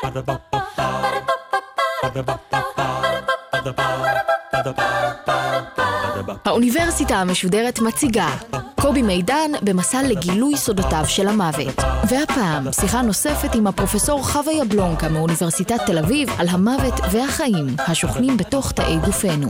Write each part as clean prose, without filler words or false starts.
האוניברסיטה המשודרת מציגה קובי מידן במסע לגילוי סודותיו של המוות. והפעם שיחה נוספת עם הפרופסור חווה יבלונקה מאוניברסיטת תל אביב על המוות והחיים השוכנים בתוך תאי גופנו.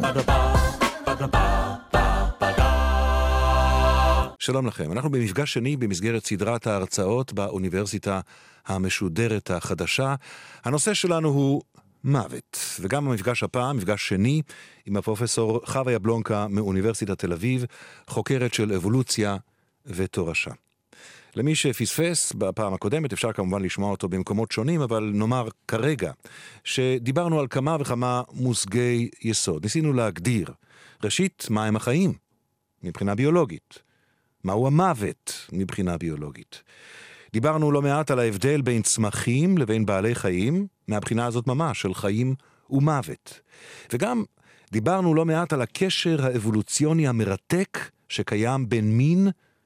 שלום לכם, אנחנו במפגש שני במסגרת סדרת ההרצאות באוניברסיטה המשודרת החדשה. הנושא שלנו הוא מוות, וגם המפגש הפעם, מפגש שני, עם הפרופסור חווה יבלונקה מאוניברסיטת תל אביב, חוקרת של אבולוציה ותורשה. למי שפספס בפעם הקודמת, אפשר כמובן לשמוע אותו במקומות שונים, אבל נאמר כרגע, שדיברנו על כמה וכמה מושגי יסוד. ניסינו להגדיר, ראשית, מה הם החיים, מבחינה ביולוגית. מהו המוות, מבחינה ביולוגית. דיברנו לא מעט על ההבדל בין צמחים לבין בעלי חיים, מהבחינה הזאת ממש, של חיים ומוות. וגם דיברנו לא מעט על הקשר האבולוציוני המרתק שקיים בין מין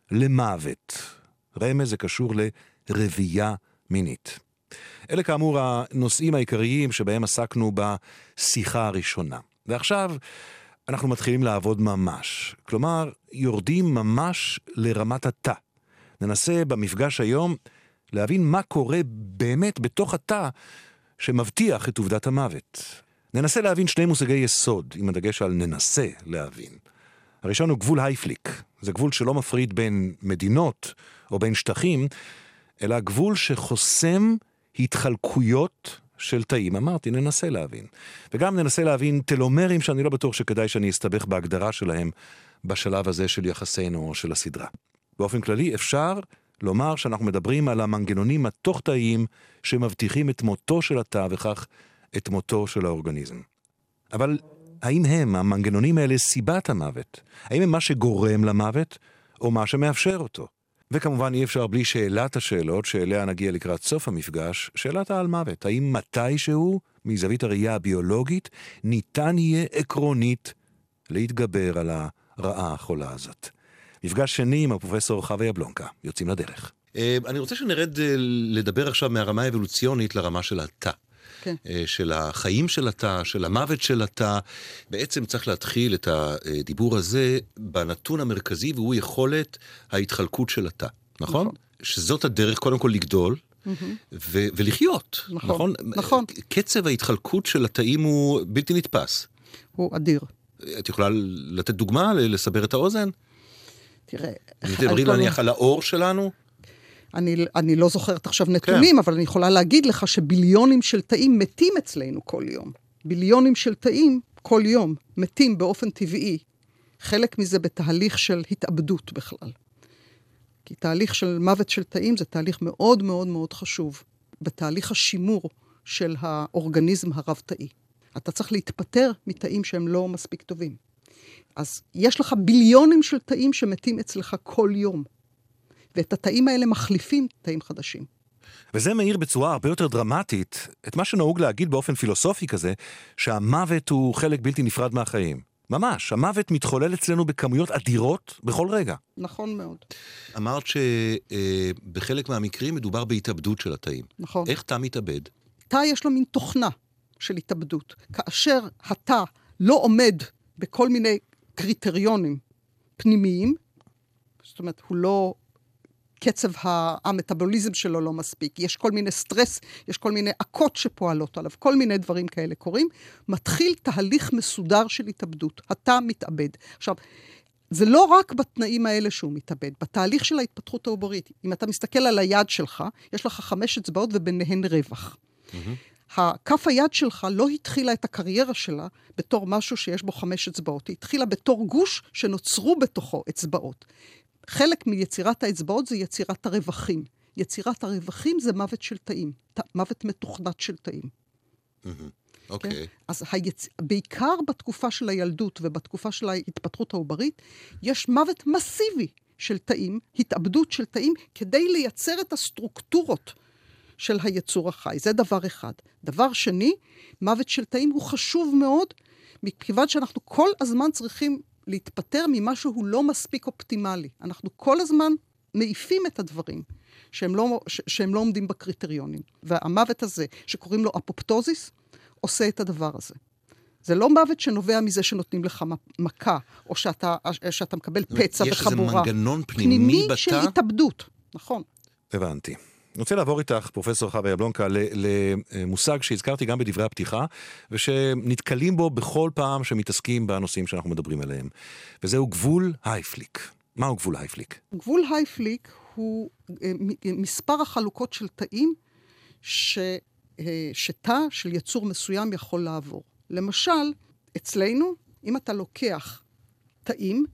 למוות. רמז זה קשור לרבייה מינית. אלה כאמור הנושאים העיקריים שבהם עסקנו בשיחה הראשונה. ועכשיו אנחנו מתחילים לעבוד ממש. כלומר, יורדים ממש לרמת התא. ננסה במפגש היום להבין מה קורה באמת בתוך התא שמבטיח את עובדת המוות. ננסה להבין שני מושגי יסוד, עם הדגש על ננסה להבין. הראשון הוא גבול הייפליק. זה גבול שלא מפריד בין מדינות או בין שטחים, אלא גבול שחוסם התחלקויות של תאים. אמרתי, ננסה להבין. וגם ננסה להבין טלומרים שאני לא בטוח שכדאי שאני אסתבך בהגדרה שלהם בשלב הזה של יחסינו או של הסדרה. באופן כללי אפשר לומר שאנחנו מדברים על המנגנונים התוך-תאיים שמבטיחים את מותו של התא וכך את מותו של האורגניזם. אבל האם הם, המנגנונים האלה, סיבת המוות? האם הם מה שגורם למוות או מה שמאפשר אותו? וכמובן אי אפשר בלי שאלת השאלות שאליה נגיע לקראת סוף המפגש, שאלת על מוות. האם מתישהו, מזווית הראייה הביולוגית, ניתן יהיה עקרונית להתגבר על הרעה החולה הזאת? מפגש שני עם הפרופסור חווה יבלונקה. יוצאים לדרך. אני רוצה שנרד לדבר עכשיו מהרמה האבולוציונית לרמה של התא. כן. של החיים של התא, של המוות של התא. בעצם צריך להתחיל את הדיבור הזה בנתון המרכזי, והוא יכולת ההתחלקות של התא. נכון? שזאת הדרך קודם כל לגדול ולחיות. נכון? נכון. קצב ההתחלקות של התאים הוא בלתי נתפס. הוא אדיר. את יכולה לתת דוגמה, לסבר את האוזן? תראה, תדברי להניח על האור שלנו? אני לא זוכרת עכשיו נתונים, אבל אני יכולה להגיד לך שביליונים של תאים מתים אצלנו כל יום. ביליונים של תאים כל יום מתים באופן טבעי. חלק מזה בתהליך של התאבדות בכלל. כי תהליך של מוות של תאים זה תהליך מאוד מאוד מאוד חשוב. בתהליך השימור של האורגניזם הרב-תאי. אתה צריך להתפטר מתאים שהם לא מספיק טובים. אז יש לך ביליונים של תאים שמתים אצלך כל יום. ואת התאים האלה מחליפים תאים חדשים. וזה מאיר בצורה הרבה יותר דרמטית את מה שנהוג להגיד באופן פילוסופי כזה, שהמוות הוא חלק בלתי נפרד מהחיים. ממש, המוות מתחולל אצלנו בכמויות אדירות בכל רגע. נכון מאוד. אמרת שבחלק מהמקרים מדובר בהתאבדות של התאים. נכון. איך תא מתאבד? תא יש לו מין תוכנה של התאבדות. כאשר התא לא עומד בכל מיני קריטריונים פנימיים, זאת אומרת, הוא לא, קצב המטאבוליזם שלו לא מספיק, יש כל מיני סטרס, יש כל מיני עקות שפועלות עליו, כל מיני דברים כאלה קורים, מתחיל תהליך מסודר של התאבדות, התא מתאבד. עכשיו, זה לא רק בתנאים האלה שהוא מתאבד, בתהליך של ההתפתחות העוברית, אם אתה מסתכל על היד שלך, יש לך 5 אצבעות וביניהן רווח. הכף היד שלך לא התחילה את הקריירה שלה בתור משהו שיש בו 5 אצבעות, היא התחילה בתור גוש שנוצרו בתוכו אצבעות. חלק מיצירת האצבעות זה יצירת הרווחים. יצירת הרווחים זה מוות של תאים, מוות מתוכנת של תאים. אוקיי. אז בעיקר בתקופה של הילדות ובתקופה של ההתפתחות העוברית, יש מוות מסיבי של תאים, התאבדות של תאים, כדי לייצר את הסטרוקטורות של היצור החי. זה דבר אחד. דבר שני, מוות של תאים הוא חשוב מאוד, מכיוון שאנחנו כל הזמן צריכים להתפטר ממשהו הוא לא מספיק אופטימלי. אנחנו כל הזמן מעיפים את הדברים שהם לא עומדים בקריטריונים. והמוות הזה, שקוראים לו אפופטוזיס, עושה את הדבר הזה. זה לא מוות שנובע מזה שנותנים לך מכה, או שאתה מקבל פצע וחבורה. יש איזה מנגנון פנימי בתא? של התאבדות, נכון. הבנתי. אני רוצה לעבור איתך, פרופסור חווה יבלונקה, למושג שהזכרתי גם בדברי הפתיחה, ושנתקלים בו בכל פעם שמתעסקים בנושאים שאנחנו מדברים עליהם. וזהו גבול הייפליק. מהו גבול הייפליק? גבול הייפליק הוא מספר החלוקות של תאים שתא של יצור מסוים יכול לעבור. למשל, אצלנו, אם אתה לוקח תאים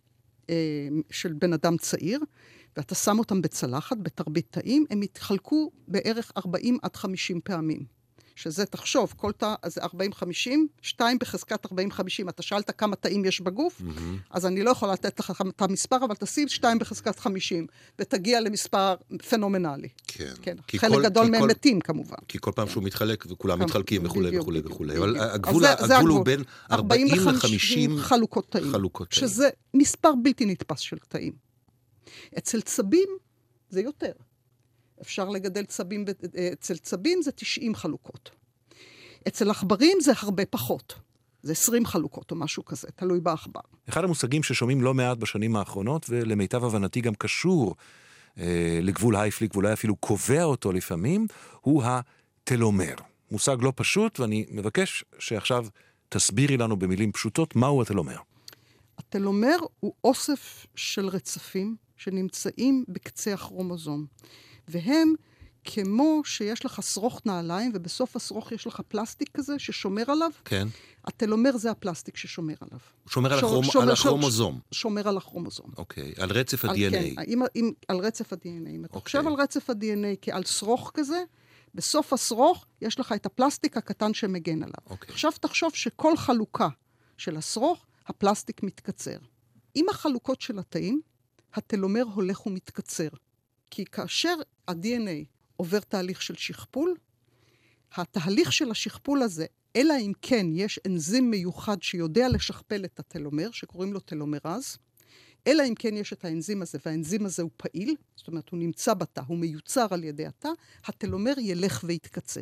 של בן אדם צעיר, ואתה שם אותם בצלחת, בתרבית תאים, הם יתחלקו בערך 40 עד 50 פעמים. שזה, תחשוב, כל תא, אז 40-50, 2 בחזקת 40-50. אתה שאלת כמה תאים יש בגוף, אז אני לא יכולה לתת לך את המספר, אבל תשים 2 בחזקת 50, ותגיע למספר פנומנלי. כן. כן. חלק גדול מהם מתים, כמובן. כי כל פעם שהוא מתחלק, וכולם מתחלקים וכו' וכו' וכו'. אבל הגבול הוא בין 40 ל-50 חלוקות תאים. שזה מספר בלתי נתפס של תאים. אצל צבים זה יותר. אפשר לגדל צבים, אצל צבים זה 90 חלוקות. אצל עכברים זה הרבה פחות. זה 20 חלוקות או משהו כזה, תלוי בעכבר. אחד המושגים ששומעים לא מעט בשנים האחרונות, ולמיטב הבנתי גם קשור לגבול הייפליק, ואולי אפילו קובע אותו לפעמים, הוא הטלומר. מושג לא פשוט, ואני מבקש שעכשיו תסבירי לנו במילים פשוטות מהו הטלומר. הטלומר הוא אוסף של רצפים שנמצאים בקצה הכרומוזום. והם כמו שיש לך שרוך נעליים, ובסוף השרוך יש לך פלסטיק כזה ששומר עליו. כן. הטלומר זה הפלסטיק ששומר עליו. הוא שומר על הכרומוזום. שומר על הכרומוזום. אוקיי, על רצף ה-DNA. כן, על רצף ה-DNA. אם אתה חושב על רצף ה-DNA כעל שרוך כזה, בסוף השרוך יש לך את הפלסטיק הקטן שמגן עליו. עכשיו תחשוב שכל חלוקה של השרוך, הפלסטיק מתקצר. עם החלוקות של התאים, הטלומר הולך ומתקצר. כי כאשר ה-DNA עובר תהליך של שכפול, התהליך של השכפול הזה, אלא אם כן יש אנזים מיוחד שיודע לשכפל את הטלומר, שקוראים לו טלומרז, אלא אם כן יש את האנזים הזה, והאנזים הזה הוא פעיל, זאת אומרת, הוא נמצא בתא, הוא מיוצר על ידי התא, הטלומר ילך ויתקצר.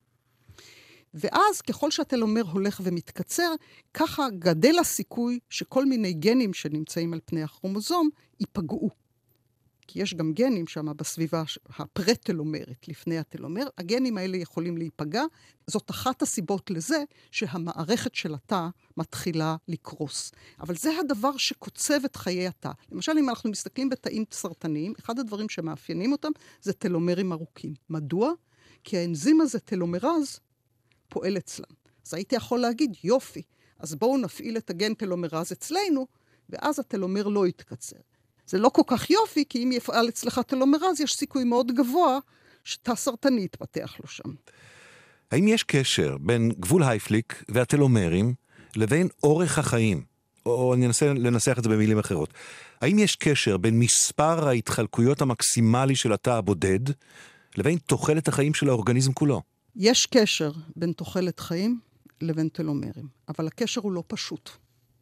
ואז ככל שהטלומר הולך ומתקצר, ככה גדל הסיכוי שכל מיני גנים שנמצאים על פני הכרומוזום ייפגעו. כי יש גם גנים שם בסביבה הפרטלומרית, לפני הטלומר. הגנים האלה יכולים להיפגע. זאת אחת הסיבות לזה שהמערכת של התא מתחילה לקרוס. אבל זה הדבר שקוצב את חיי התא. למשל, אם אנחנו מסתכלים בתאים סרטניים, אחד הדברים שמאפיינים אותם זה טלומרים ארוכים. מדוע? כי האנזים הזה, טלומרז, פועל אצלם. אז הייתי יכול להגיד, יופי, אז בואו נפעיל את הגן טלומרז אצלנו, ואז הטלומר לא יתקצר. זה לא כל כך יופי, כי אם יפעל אצלך טלומרז, יש סיכוי מאוד גבוה שתא סרטני יתפתח לו שם. האם יש קשר בין גבול הייפליק והטלומרים לבין אורך החיים? או אני אנסה לנסח את זה במילים אחרות. האם יש קשר בין מספר ההתחלקויות המקסימלי של התא הבודד לבין תוחלת החיים של האורגניזם כולו? יש קשר בין תוחלת חיים לבין טלומרים, אבל הקשר הוא לא פשוט.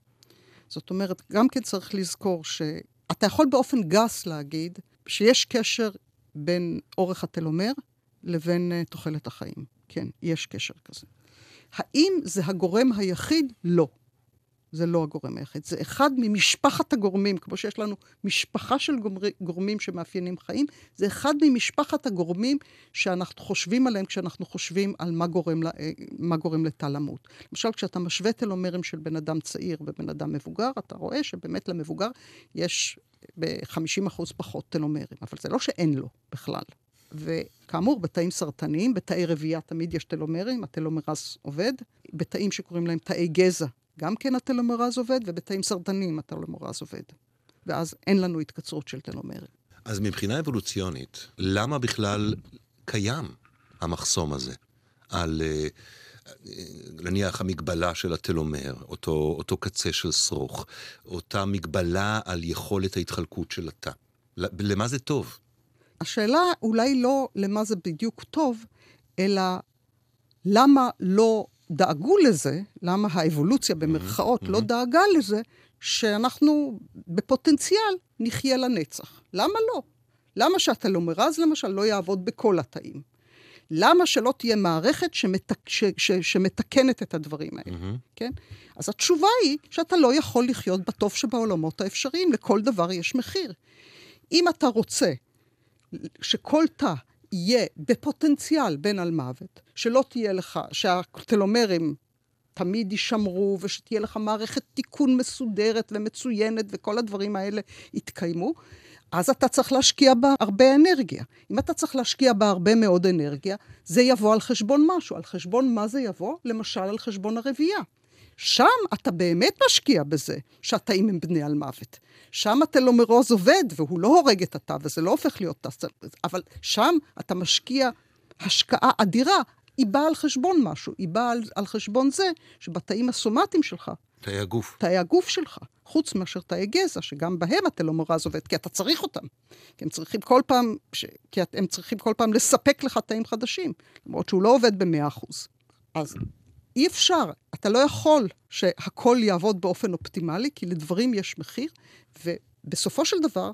זאת אומרת, גם כן צריך לזכור אתה יכול באופן גס להגיד שיש קשר בין אורך הטלומר לבין תוחלת החיים. כן, יש קשר כזה. האם זה הגורם היחיד? לא. זה לא הגורם היחיד. זה אחד ממשפחת הגורמים, כמו שיש לנו משפחה של גורמים שמאפיינים חיים, זה אחד ממשפחת הגורמים שאנחנו חושבים עליהם כשאנחנו חושבים על מה גורם לתא למות. למשל, כשאתה משווה טלומרים של בן אדם צעיר ובן אדם מבוגר, אתה רואה שבאמת למבוגר יש ב-50% פחות טלומרים, אבל זה לא שאין לו בכלל. וכאמור, בתאים סרטניים, בתאי רבייה תמיד יש טלומרים, הטלומרז עובד, בתאים שקוראים להם תאי גזע, גם כן הטלומרז עובד, ובתאים סרטניים הטלומרז עובד. ואז אין לנו התקצרות של טלומרים. אז מבחינה אבולוציונית, למה בכלל קיים המחסום הזה על נניח המגבלה של הטלומר, אותו קצה של שרוך, אותה מגבלה על יכולת ההתחלקות של התא? למה זה טוב? השאלה אולי לא למה זה בדיוק טוב, אלא למה לא דאגו לזה, למה האבולוציה במרכאות לא דאגה לזה, שאנחנו בפוטנציאל נחיה לנצח. למה לא? למה שהטלומרז למשל לא יעבוד בכל התאים? למה שלא תהיה מערכת שמתקנת את הדברים האלה? כן? אז התשובה היא שאתה לא יכול לחיות בטוב שבעולמות האפשריים, לכל דבר יש מחיר. אם אתה רוצה שכל תא יהיה בפוטנציאל בין על מוות, שלא תהיה לך, שהטלומרים תמיד יישמרו, ושתהיה לך מערכת תיקון מסודרת ומצוינת, וכל הדברים האלה יתקיימו, אז אתה צריך להשקיע בה הרבה אנרגיה. אם אתה צריך להשקיע בה הרבה מאוד אנרגיה, זה יבוא על חשבון משהו. על חשבון מה זה יבוא? למשל על חשבון הרבייה. שם אתה באמת משקיע בזה, שהתאים הם בני על מוות. שם הטלומרוז עובד, והוא לא הורג את התא, וזה לא הופך להיות תא. אבל שם אתה משקיע השקעה אדירה, היא באה על חשבון משהו. היא באה על חשבון זה שבתאים הסומטיים שלך, תאי הגוף. תאי הגוף שלך, חוץ מאשר תאי גזע, שגם בהם הטלומרז עובד, כי אתה צריך אותם. כי הם צריכים כל פעם לספק לך תאים חדשים, למרות שהוא לא עובד ב100%. אז אי אפשר, אתה לא יכול שהכל יעבוד באופן אופטימלי, כי לדברים יש מחיר, ובסופו של דבר,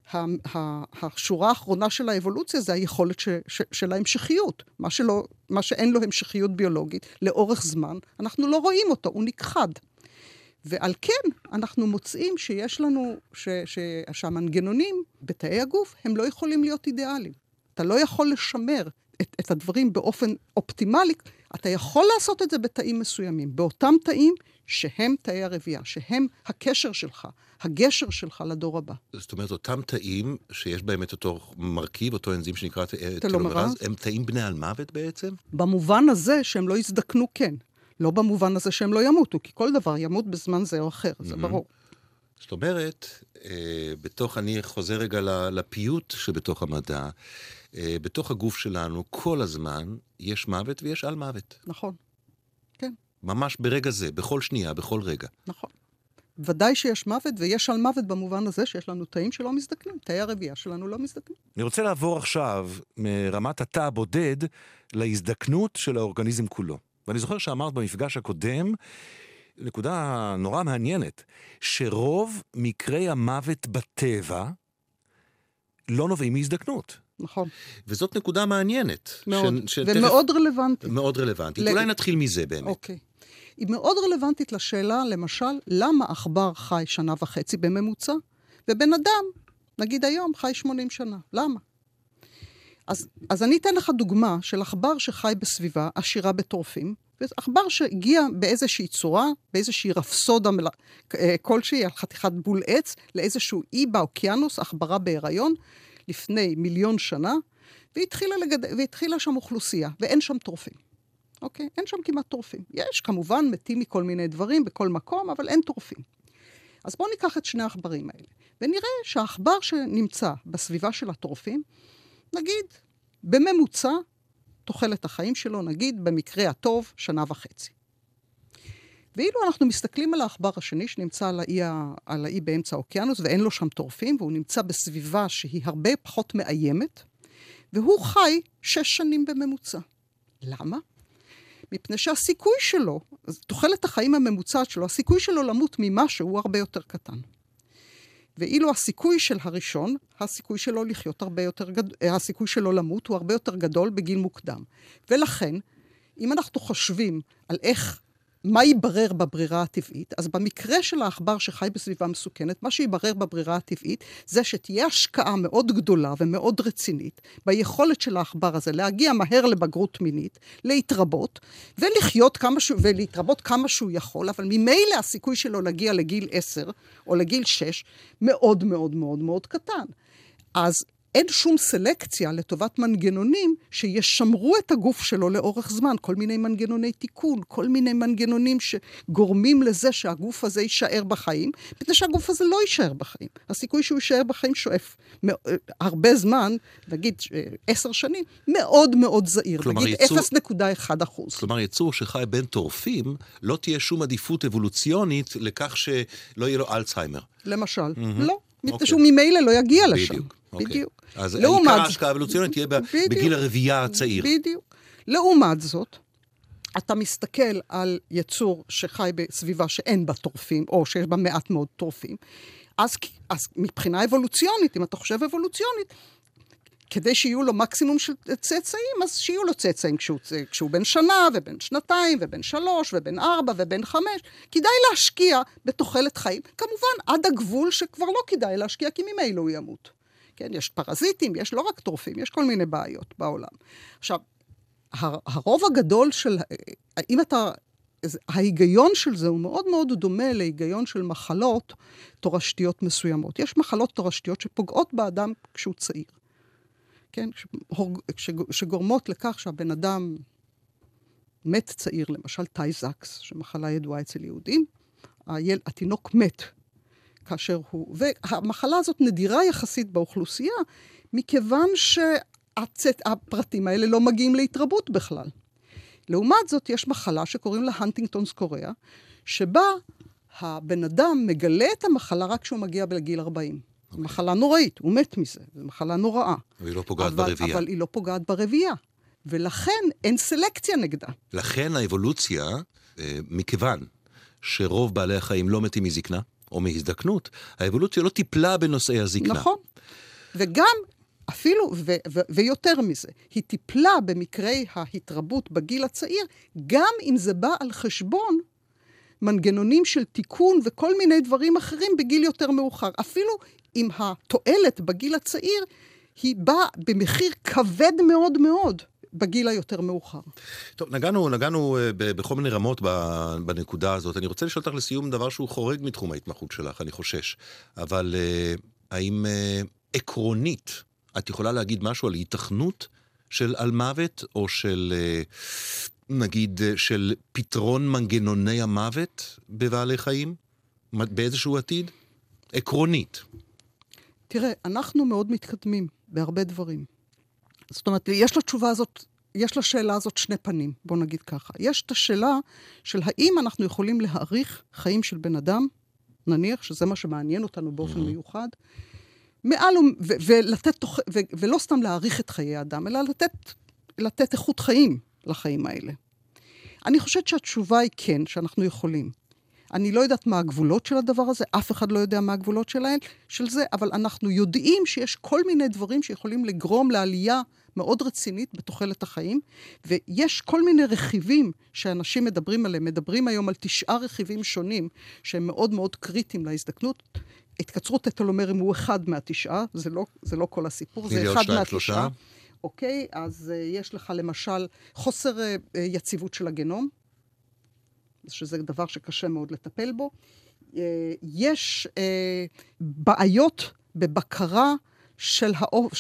השורה האחרונה של האבולוציה זה היכולת של ההמשכיות. מה שאין לו המשכיות ביולוגית לאורך זמן, אנחנו לא רואים אותו, הוא נכחד. ועל כן אנחנו מוצאים שיש לנו, שהמנגנונים בתאי הגוף הם לא יכולים להיות אידיאליים. אתה לא יכול לשמר את הדברים באופן אופטימלי, אתה יכול לעשות את זה בתאים מסוימים, באותם תאים שהם תאי הרבייה, שהם הקשר שלך, הגשר שלך לדור הבא. זאת אומרת, אותם תאים שיש בהם את אותו מרכיב, אותו אנזים שנקרא טלומרז, הם תאים בני על מוות בעצם? במובן הזה שהם לא יזדקנו, כן. לא במובן הזה שהם לא ימותו, כי כל דבר ימות בזמן זה או אחר, זה ברור. זאת אומרת, אני חוזר רגע לפיוט שבתוך המדע, בתוך הגוף שלנו כל הזמן יש מוות ויש על מוות. נכון, כן. ממש ברגע זה, בכל שנייה, בכל רגע. נכון. ודאי שיש מוות, ויש על מוות במובן הזה שיש לנו תאים שלא מזדקנים, תאי הרבייה שלנו לא מזדקנים. אני רוצה לעבור עכשיו מרמת התא הבודד להזדקנות של האורגניזם כולו. ואני זוכר שאמרת במפגש הקודם, נקודה נורא מעניינת, שרוב מקרי המוות בטבע לא נובעים מהזדקנות. נכון. וזאת נקודה מעניינת. מאוד, ומאוד רלוונטית. מאוד רלוונטית. אולי נתחיל מזה באמת. אוקיי. היא מאוד רלוונטית לשאלה, למשל, למה עכבר חי 1.5 שנה בממוצע, ובן אדם, נגיד היום, חי 80 שנה. למה? אז אני אתן לך דוגמה של עכבר שחי בסביבה עשירה בטורפים, עכבר שהגיע באיזושהי צורה, באיזושהי רפסודה כלשהי, על חתיכת בול עץ, לאיזשהו אי באוקיינוס, עכברה בהיריון, לפני 1,000,000 שנה, והתחילה שם אוכלוסייה, ואין שם טורפים. אוקיי? אין שם כמעט טורפים. יש כמובן מתים מכל מיני דברים בכל מקום, אבל אין טורפים. אז בואו ניקח את שני העכברים האלה, ונראה שהעכבר שנמצא בסביבה של הטורפים, נגיד, בממוצע, תוחלת החיים שלו, נגיד, במקרה הטוב, 1.5 שנה. ואילו אנחנו מסתכלים על העכבר השני, שנמצא על האי באמצע האוקיינוס, ואין לו שם טורפים, והוא נמצא בסביבה שהיא הרבה פחות מאיימת, והוא חי 6 שנים בממוצע. למה? מפני שהסיכוי שלו, תוחלת החיים הממוצעת שלו, הסיכוי שלו למות ממשהו הוא הרבה יותר קטן. ואילו הסיכוי של הראשון, הסיכוי שלו לחיות הרבה יותר הסיכוי שלו למות הוא הרבה יותר גדול בגיל מוקדם. ולכן, אם אנחנו חושבים על מה ייברר בברירה הטבעית, אז במקרה של העכבר שחי בסביבה מסוכנת, מה שיברר בברירה הטבעית, זה שתהיה השקעה מאוד גדולה ומאוד רצינית, ביכולת של העכבר הזה להגיע מהר לבגרות מינית, להתרבות, ולהתרבות כמה שהוא יכול, אבל ממילא הסיכוי שלו להגיע לגיל 10 או לגיל 6, מאוד מאוד מאוד מאוד קטן. אז אין שום סלקציה לטובת מנגנונים שישמרו את הגוף שלו לאורך זמן, כל מיני מנגנוני תיקון, כל מיני מנגנונים שגורמים לזה שהגוף הזה יישאר בחיים, מפני שהגוף הזה לא יישאר בחיים. הסיכוי שהוא יישאר בחיים שואף הרבה זמן, נגיד 10 שנים, מאוד מאוד זהיר, נגיד 0.1%. כלומר, יצור שחי בין טורפים, לא תהיה שום עדיפות אבולוציונית לכך שלא יהיה לו אלצהיימר. למשל, לא. שהוא ממילא לא יגיע לשם. בדיוק. אז עיקר ההשקעה האבולוציונית תהיה בגיל הרבייה הצעיר. בדיוק. לעומת זאת, אתה מסתכל על יצור שחי בסביבה שאין בה טורפים, או שיש בה מעט מאוד טורפים, אז מבחינה אבולוציונית, אם אתה חושב אבולוציונית, כדי שיהיו לו מקסימום של צאצאים, אז שיהיו לו צאצאים כשהוא בן שנה, ובן שנתיים, ובן 3, ובן 4, ובן 5. כדאי להשקיע בתוחלת חיים. כמובן, עד הגבול שכבר לא כדאי להשקיע, כי ממילא הוא ימות. כן, יש פרזיטים, יש לא רק טורפים, יש כל מיני בעיות בעולם. עכשיו, הרוב הגדול של, ההיגיון של זה הוא מאוד מאוד דומה להיגיון של מחלות תורשתיות מסוימות. יש מחלות תורשתיות שפוגעות באדם כשהוא צעיר. כן? שגורמות לכך שהבן אדם מת צעיר, למשל טייזקס, שמחלה ידועה אצל יהודים, התינוק מת כאשר הוא, והמחלה הזאת נדירה יחסית באוכלוסייה, מכיוון שהפרטים האלה לא מגיעים להתרבות בכלל. לעומת זאת, יש מחלה שקוראים לה הנטינגטונס קוריאה, שבה הבן אדם מגלה את המחלה רק כשהוא מגיע בגיל 40. זו מחלה נוראית, הוא מת מזה, זו מחלה נוראה. והיא לא פוגעת ברבייה. אבל היא לא פוגעת ברבייה, ולכן אין סלקציה נגדה. לכן האבולוציה, מכיוון שרוב בעלי החיים לא מתים מזקנה, או מהזדקנות, האבולוציה לא טיפלה בנושאי הזקנה. נכון. וגם, אפילו, ויותר מזה, היא טיפלה במקרי ההתרבות בגיל הצעיר, גם אם זה בא על חשבון מנגנונים של תיקון וכל מיני דברים אחרים בגיל יותר מאוחר. אפילו אם התועלת בגיל הצעיר היא באה במחיר כבד מאוד מאוד בגיל היותר מאוחר. טוב, נגענו בכל מיני רמות בנקודה הזאת. אני רוצה לשאול אותך לסיום דבר שהוא חורג מתחום ההתמחות שלך, אני חושש. אבל האם עקרונית את יכולה להגיד משהו על התכנות של על מוות, או של נגיד של פתרון מנגנוני המוות בבעלי חיים? באיזשהו עתיד? עקרונית. תראה, אנחנו מאוד מתקדמים בהרבה דברים. זאת אומרת, יש לשאלה הזאת שני פנים, בוא נגיד ככה. יש את השאלה של האם אנחנו יכולים להאריך חיים של בן אדם, נניח שזה מה שמעניין אותנו באופן מיוחד, ולא סתם להאריך את חיי האדם, אלא לתת איכות חיים לחיים האלה. אני חושבת שהתשובה היא כן, שאנחנו יכולים. אני לא יודעת מה הגבולות של הדבר הזה, אף אחד לא יודע מה הגבולות של זה, אבל אנחנו יודעים שיש כל מיני דברים שיכולים לגרום לעלייה מאוד רצינית בתוחלת החיים, ויש כל מיני רכיבים שאנשים מדברים היום על 9 רכיבים שונים, שהם מאוד מאוד קריטיים להזדקנות. התקצרות טלומרים הוא אחד מה9, זה לא כל הסיפור, זה אחד מה9. אוקיי, אז יש לך למשל חוסר יציבות של הגנום, שזה דבר שקשה מאוד לטפל בו. יש בעיות בבקרה של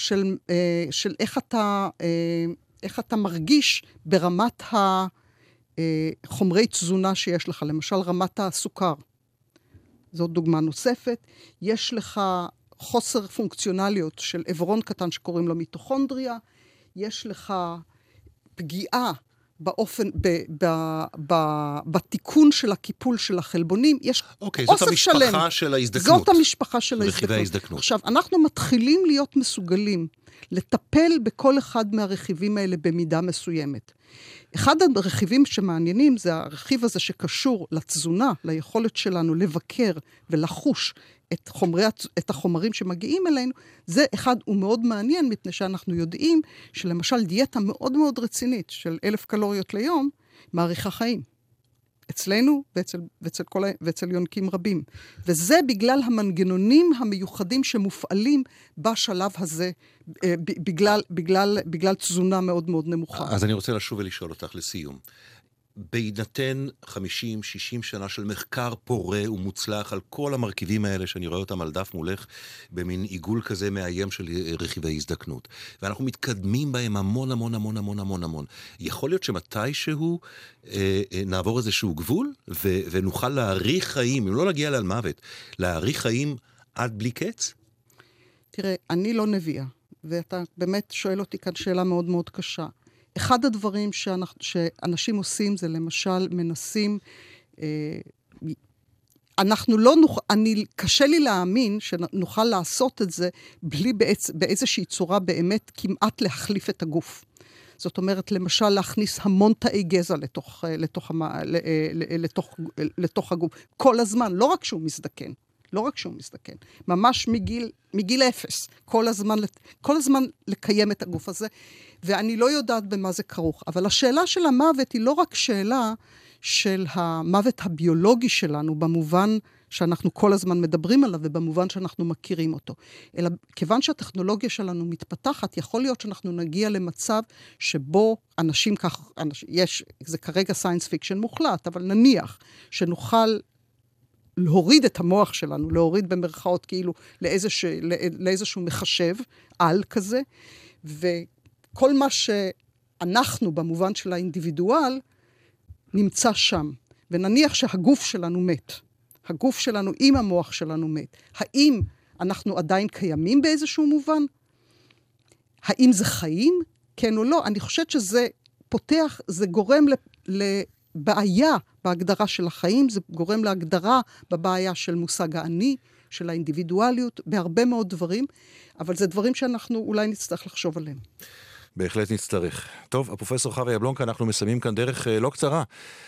איך אתה מרגיש ברמת החומרי תזונה שיש לך, למשל רמת הסוכר. זאת דוגמה נוספת. יש לך חוסר פונקציונליות של עברון קטן שקוראים לו מיטוכונדריה. יש לך פגיעה באופן, בתיקון של הקיפול של החלבונים, יש זאת המשפחה של ההזדקנות. זאת המשפחה של ההזדקנות. עכשיו, אנחנו מתחילים להיות מסוגלים לטפל בכל אחד מהרכיבים האלה במידה מסוימת. אחד הרכיבים שמעניינים זה הרכיב הזה שקשור לתזונה, ליכולת שלנו לבקר ולחוש את החומרים שמגיעים אלינו. זה אחד הוא מאוד מעניין, מפני שאנחנו יודעים שלמשל דיאטה מאוד מאוד רצינית של 1,000 קלוריות ליום, מאריכה חיים. אצלנו ואצל יונקים רבים. וזה בגלל המנגנונים המיוחדים שמופעלים בשלב הזה, בגלל תזונה מאוד מאוד נמוכה. אז אני רוצה לשוב ולשאול אותך לסיום. בהינתן 50-60 שנה של מחקר פורה ומוצלח על כל המרכיבים האלה שאני רואה אותם על דף מולך במין עיגול כזה מאיים של רכיבי הזדקנות. ואנחנו מתקדמים בהם המון המון המון המון המון המון. יכול להיות שמתישהו נעבור איזשהו גבול ונוכל להאריך חיים, אם לא נגיע לעל מוות, להאריך חיים עד בלי קץ? תראה, אני לא נביאה, ואתה באמת שואל אותי כאן שאלה מאוד מאוד קשה. אחד הדברים שאנשים עושים זה למשל מנסים, קשה לי להאמין שנוכל לעשות את זה בלי באיזושהי צורה באמת כמעט להחליף את הגוף. זאת אומרת, למשל, להכניס המון תאי גזע לתוך הגוף. כל הזמן, לא רק שהוא מזדקן. לא רק שהוא מזדקן. ממש מגיל 0. כל הזמן לקיים את הגוף הזה. ואני לא יודעת במה זה כרוך. אבל השאלה של המוות היא לא רק שאלה של המוות הביולוגי שלנו, במובן שאנחנו כל הזמן מדברים עליו, ובמובן שאנחנו מכירים אותו. אלא כיוון שהטכנולוגיה שלנו מתפתחת, יכול להיות שאנחנו נגיע למצב שבו אנשים כך, זה כרגע סיינס פיקשן מוחלט, אבל נניח שנוכל להוריד את המוח שלנו, להוריד במרכאות כאילו לאיזשהו מחשב על כזה, וכל מה שאנחנו במובן של האינדיבידואל נמצא שם. ונניח שהגוף שלנו מת. הגוף שלנו עם המוח שלנו מת. האם אנחנו עדיין קיימים באיזשהו מובן? האם זה חיים? כן או לא? אני חושבת שזה פותח, זה גורם לבעיה בהגדרה של החיים, זה גורם להגדרה בבעיה של מושג האני, של האינדיבידואליות, בהרבה מאוד דברים, אבל זה דברים שאנחנו אולי נצטרך לחשוב עליהם. בהחלט נצטרך. טוב, הפרופסור חווה יבלונקה, אנחנו מסיימים כאן דרך לא קצרה.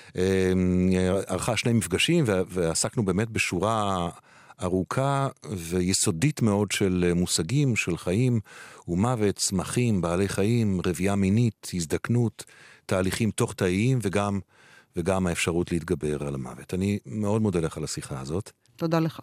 ערכה 2 מפגשים, ועסקנו באמת בשורה ארוכה ויסודית מאוד של מושגים, של חיים ומוות, צמחים, בעלי חיים, רבייה מינית, הזדקנות, תהליכים תוך תאיים, וגם האפשרות להתגבר על המוות. אני מאוד מודה לך על השיחה הזאת. תודה לך.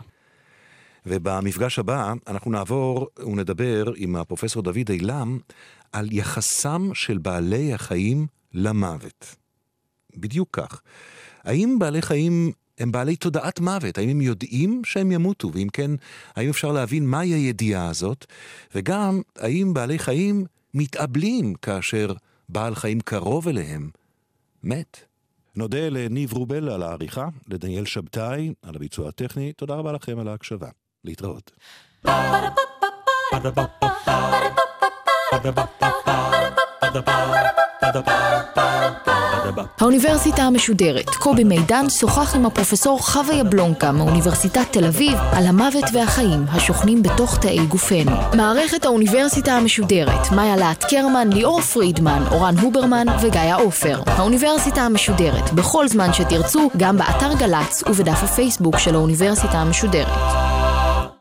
ובמפגש הבא אנחנו נעבור ונדבר עם הפרופסור דוד אילם על יחסם של בעלי החיים למוות. בדיוק כך. האם בעלי חיים הם בעלי תודעת מוות? האם הם יודעים שהם ימותו? ואם כן, האם אפשר להבין מהי הידיעה הזאת? וגם, האם בעלי חיים מתאבלים כאשר בעל חיים קרוב אליהם מת? נודה לניב רובל על העריכה, לדניאל שבתאי על הביצוע הטכני. תודה רבה לכם על ההקשבה. להתראות. האוניברסיטה המשודרת. קובי מידן שוחח עם הפרופסור חווה יבלונקה מאוניברסיטת תל אביב על המוות והחיים השוכנים בתוך תאי גופנו. מערכת האוניברסיטה המשודרת, מאיה להט קרמן, ליאור פרידמן, אורן הוברמן וגיא עופר. האוניברסיטה המשודרת, בכל זמן שתרצו, גם באתר גלץ ובדף הפייסבוק של האוניברסיטה המשודרת.